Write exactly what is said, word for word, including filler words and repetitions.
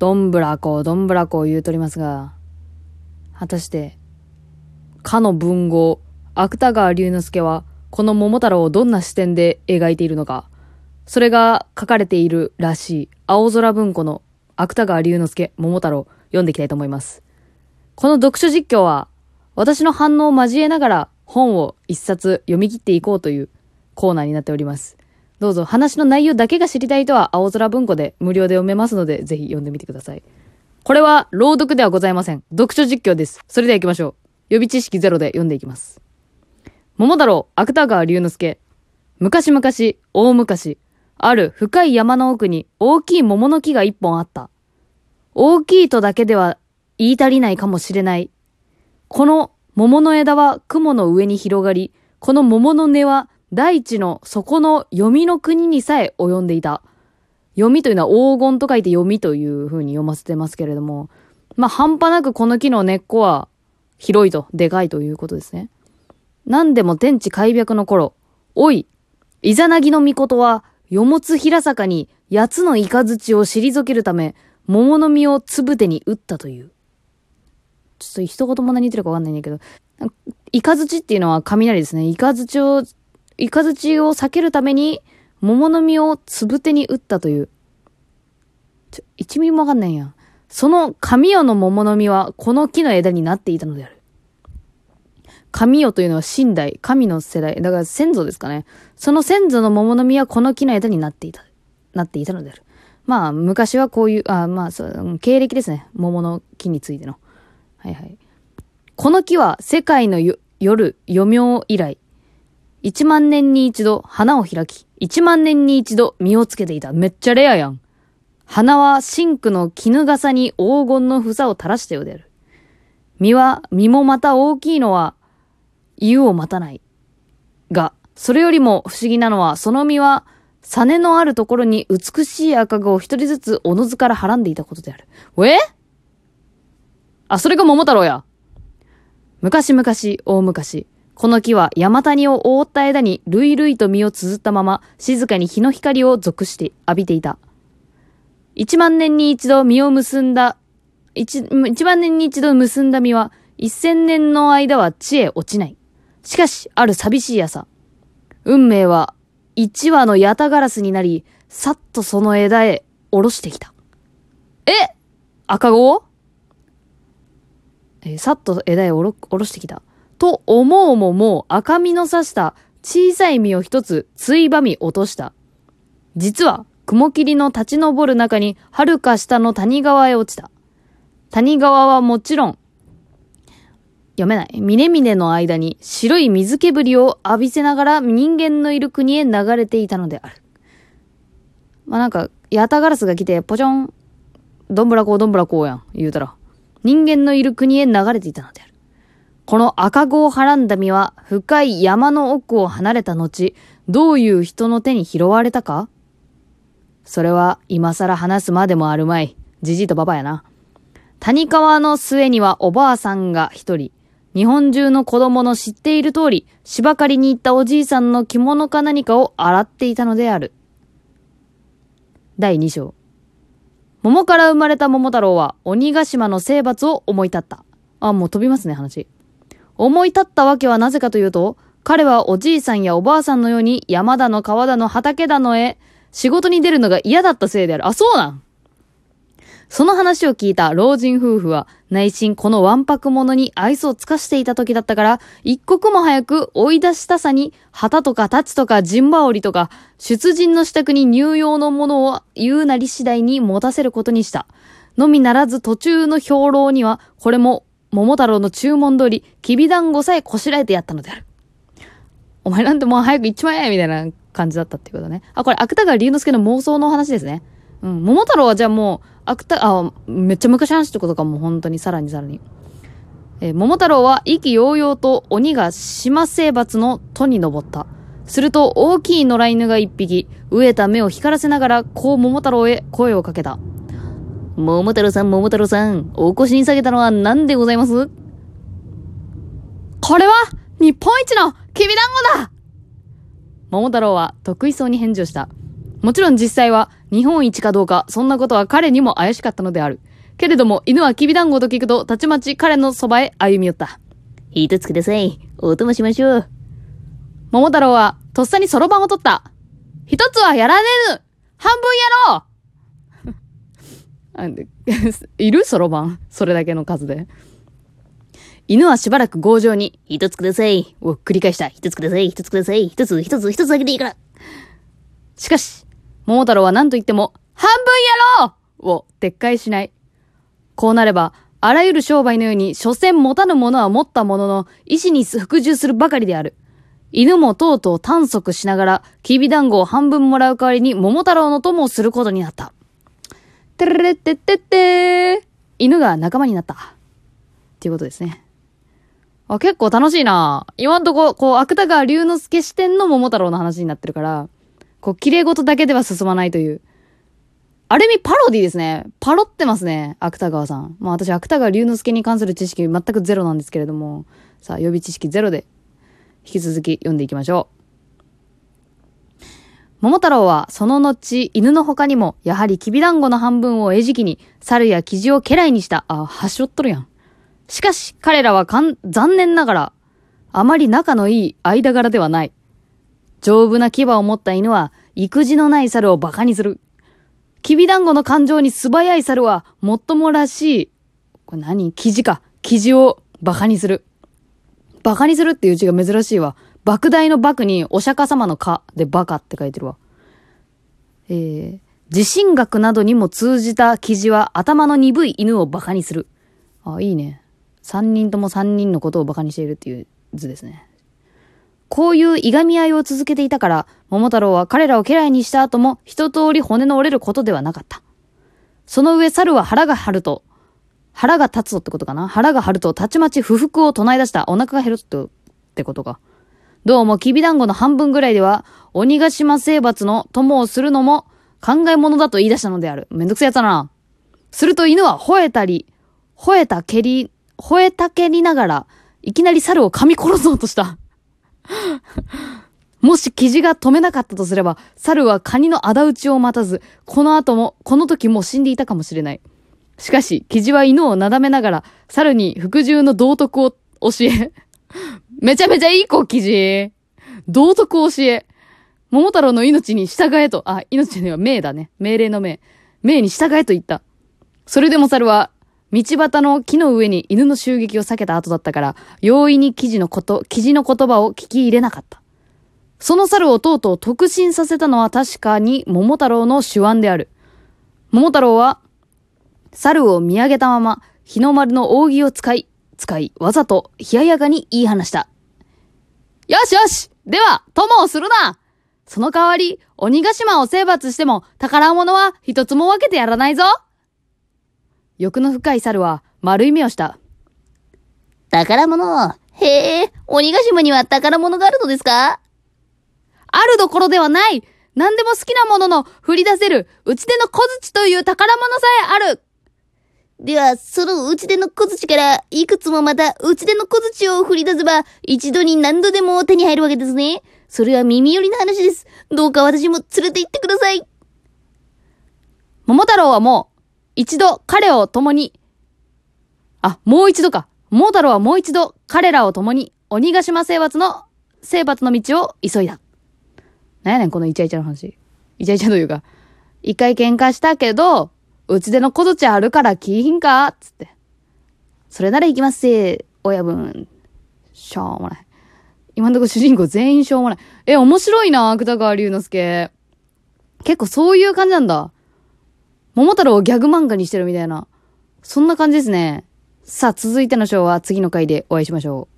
どんぶらこ、どんぶらこを言うとりますが、果たして、かの文豪、芥川龍之介は、この桃太郎をどんな視点で描いているのか、それが書かれているらしい、青空文庫の芥川龍之介桃太郎、読んでいきたいと思います。この読書実況は、私の反応を交えながら、本を一冊読み切っていこうというコーナーになっております。どうぞ話の内容だけが知りたい人は青空文庫で無料で読めますのでぜひ読んでみてください。これは朗読ではございません。読書実況です。それでは行きましょう。予備知識ゼロで読んでいきます。桃太郎芥川龍之介。昔々大昔ある深い山の奥に大きい桃の木が一本あった。大きいとだけでは言い足りないかもしれない。この桃の枝は雲の上に広がり、この桃の根は大地の底の読みの国にさえ及んでいた。読みというのは黄金と書いて読みという風に読ませてますけれども、まあ半端なくこの木の根っこは広いと、でかいということですね。なんでも天地開闢の頃、おい、イザナギの御事は、よもつ平坂に八つのイカズチを退けるため、桃の実をつぶてに打ったという。ちょっと一言も何言ってるかわかんないんだけど、イカズチっていうのは雷ですね。イカズチを、イカズチを避けるために、桃の実をつぶてに打ったという。ちょ、一ミリもわかんないやん。その神代の桃の実は、この木の枝になっていたのである。神代というのは神代、神の世代。だから先祖ですかね。その先祖の桃の実はこの木の枝になっていた。なっていたのである。まあ、昔はこういう、あまあそう、経歴ですね。桃の木についての。はいはい。この木は世界の夜、余命以来、一万年に一度花を開き、一万年に一度実をつけていた。めっちゃレアやん。花は真紅の絹笠に黄金の房を垂らしたようである。実は、実もまた大きいのは、湯を待たない。が、それよりも不思議なのは、その実は、実のあるところに美しい赤子を一人ずつおのずからはらんでいたことである。え？あ、それが桃太郎や。昔々、大昔。この木は山谷を覆った枝にるいるいと実を綴ったまま静かに日の光を属して浴びていた。一万年に一度実を結んだ、一、一万年に一度結んだ実は一千年の間は地へ落ちない。しかし、ある寂しい朝、運命は一羽のヤタガラスになり、さっとその枝へ下ろしてきた。え？赤子を？えー、さっと枝へ下ろ、下ろしてきた。と思うももう赤みのさした小さい実を一つついばみ落とした。実は雲霧の立ち上る中に遥か下の谷川へ落ちた。谷川はもちろん読めない。峰々の間に白い水煙を浴びせながら人間のいる国へ流れていたのである。まあ、なんか、ヤタガラスが来て、ポチョン、どんぶらこうどんぶらこうやん、言うたら。人間のいる国へ流れていたのである。この赤子をはらんだ実は、深い山の奥を離れた後、どういう人の手に拾われたか？それは、今更話すまでもあるまい。じじいとばばやな。谷川の末にはおばあさんが一人。日本中の子供の知っている通り、芝刈りに行ったおじいさんの着物か何かを洗っていたのである。だいに章。桃から生まれた桃太郎は鬼ヶ島の征伐を思い立った。あ、もう飛びますね、話。思い立ったわけはなぜかというと、彼はおじいさんやおばあさんのように山だの川だの畑だのへ仕事に出るのが嫌だったせいである。あ、そうなん。その話を聞いた老人夫婦は内心このわんぱく者に愛想を尽かしていた時だったから、一刻も早く追い出したさに旗とか太刀とか陣羽織とか出陣の支度に入用のものを言うなり次第に持たせることにした。のみならず途中の兵糧にはこれも桃太郎の注文通りきびだんごさえこしらえてやったのである。お前なんてもう早く行っちまえみたいな感じだったっていうことね。あ、これ芥川龍之介の妄想の話ですね。うん、桃太郎はじゃあもう芥あめっちゃ昔話ってことかも。本当にさらにさらに、えー、桃太郎は意気揚々と鬼が島征伐の戸に登った。すると大きい野良犬が一匹飢えた目を光らせながらこう桃太郎へ声をかけた。桃太郎さん桃太郎さん、お腰に下げたのは何でございます？これは日本一のきびだんごだ。桃太郎は得意そうに返事をした。 もちろん実際は日本一かどうか、そんなことは彼にも怪しかったのである。けれども犬はきびだんごと聞くと、たちまち彼のそばへ歩み寄った。 一つください。お供しましょう。 桃太郎はとっさにそろばんを取った。一つはやらねえぬ半分やろういるそろばん。それだけの数で。犬はしばらく強情に、 一つください。を繰り返した。一つください。一つください。一つ、一つ、一つだけでいいから。 しかし、桃太郎は何と言っても、半分やろうを撤回しない。こうなれば、あらゆる商売のように、所詮持たぬ者は持ったものの、意志に服従するばかりである。犬もとうとう探索しながら、きびだんごを半分もらう代わりに、桃太郎の友をすることになった。てれれってってってー。犬が仲間になった。っていうことですね。あ、結構楽しいな。今んとこ、こう、芥川龍之介視点の桃太郎の話になってるから、こう、綺麗事だけでは進まないという。ある意味パロディですね。パロってますね、芥川さん。まあ私、芥川龍之介に関する知識全くゼロなんですけれども、さあ、予備知識ゼロで、引き続き読んでいきましょう。桃太郎は、その後、犬の他にも、やはりきびだんごの半分を餌食に、猿やキジを家来にした。あ、はしょっとるやん。しかし、彼らはかん、残念ながら、あまり仲のいい間柄ではない。丈夫な牙を持った犬は、育児のない猿を馬鹿にする。きびだんごの感情に素早い猿は、もっともらしい、これ何？キジか。キジを馬鹿にする。馬鹿にするっていう字が珍しいわ。莫大の莫にお釈迦様のかでバカって書いてるわ。えー、地震学などにも通じたキジは頭の鈍い犬を馬鹿にする。あ、いいね。三人とも三人のことを馬鹿にしているっていう図ですね。こういういがみ合いを続けていたから、桃太郎は彼らを家来にした後も一通り骨の折れることではなかった。その上猿は腹が張ると、腹が立つとってことかな。腹が張るとたちまち不服を唱え出した。お腹が減るとってことか。どうもきびだんごの半分ぐらいでは、鬼ヶ島征伐の友をするのも考え物だと言い出したのである。めんどくせえやつだな。すると犬は吠えたり、吠えた蹴り、吠えたけりながら、いきなり猿を噛み殺そうとした。もしキジが止めなかったとすれば、猿はカニの仇討ちを待たず、この後も、この時も死んでいたかもしれない。しかし、キジは犬をなだめながら、猿に服従の道徳を教え、めちゃめちゃいい子、キジ。道徳を教え、桃太郎の命に従えと、あ、命には命だね。命令の命。命に従えと言った。それでも猿は、道端の木の上に犬の襲撃を避けた後だったから、容易に記事のこと、記事の言葉を聞き入れなかった。その猿をとうとう特進させたのは確かに桃太郎の手腕である。桃太郎は、猿を見上げたまま、日の丸の扇を使い、使い、わざと冷ややかに言い放した。よしよし！では、友をするな！その代わり、鬼ヶ島を征伐しても、宝物は一つも分けてやらないぞ！欲の深い猿は丸い目をした。 宝物。へえ、鬼ヶ島には宝物があるのですか？ あるどころではない。何でも好きなものの振り出せる、打ち出の小槌という宝物さえある。 では、その打ち出の小槌から、いくつもまた打ち出の小槌を振り出せば、一度に何度でも手に入るわけですね。それは耳寄りな話です。どうか私も連れて行ってください。 桃太郎はもう、一度彼を共に、あ、もう一度か。桃太郎はもう一度彼らを共に鬼ヶ島征伐の、征伐の道を急いだ。なんやねんこのイチャイチャの話。イチャイチャというか、一回喧嘩したけど、うちでの小槌あるから聞いひんかつって。それなら行きますせ、親分。しょうもない。今んとこ主人公全員しょうもない。え、面白いな、芥川龍之介。結構そういう感じなんだ。桃太郎をギャグ漫画にしてるみたいな。そんな感じですね。さあ、続いての章は次の回でお会いしましょう。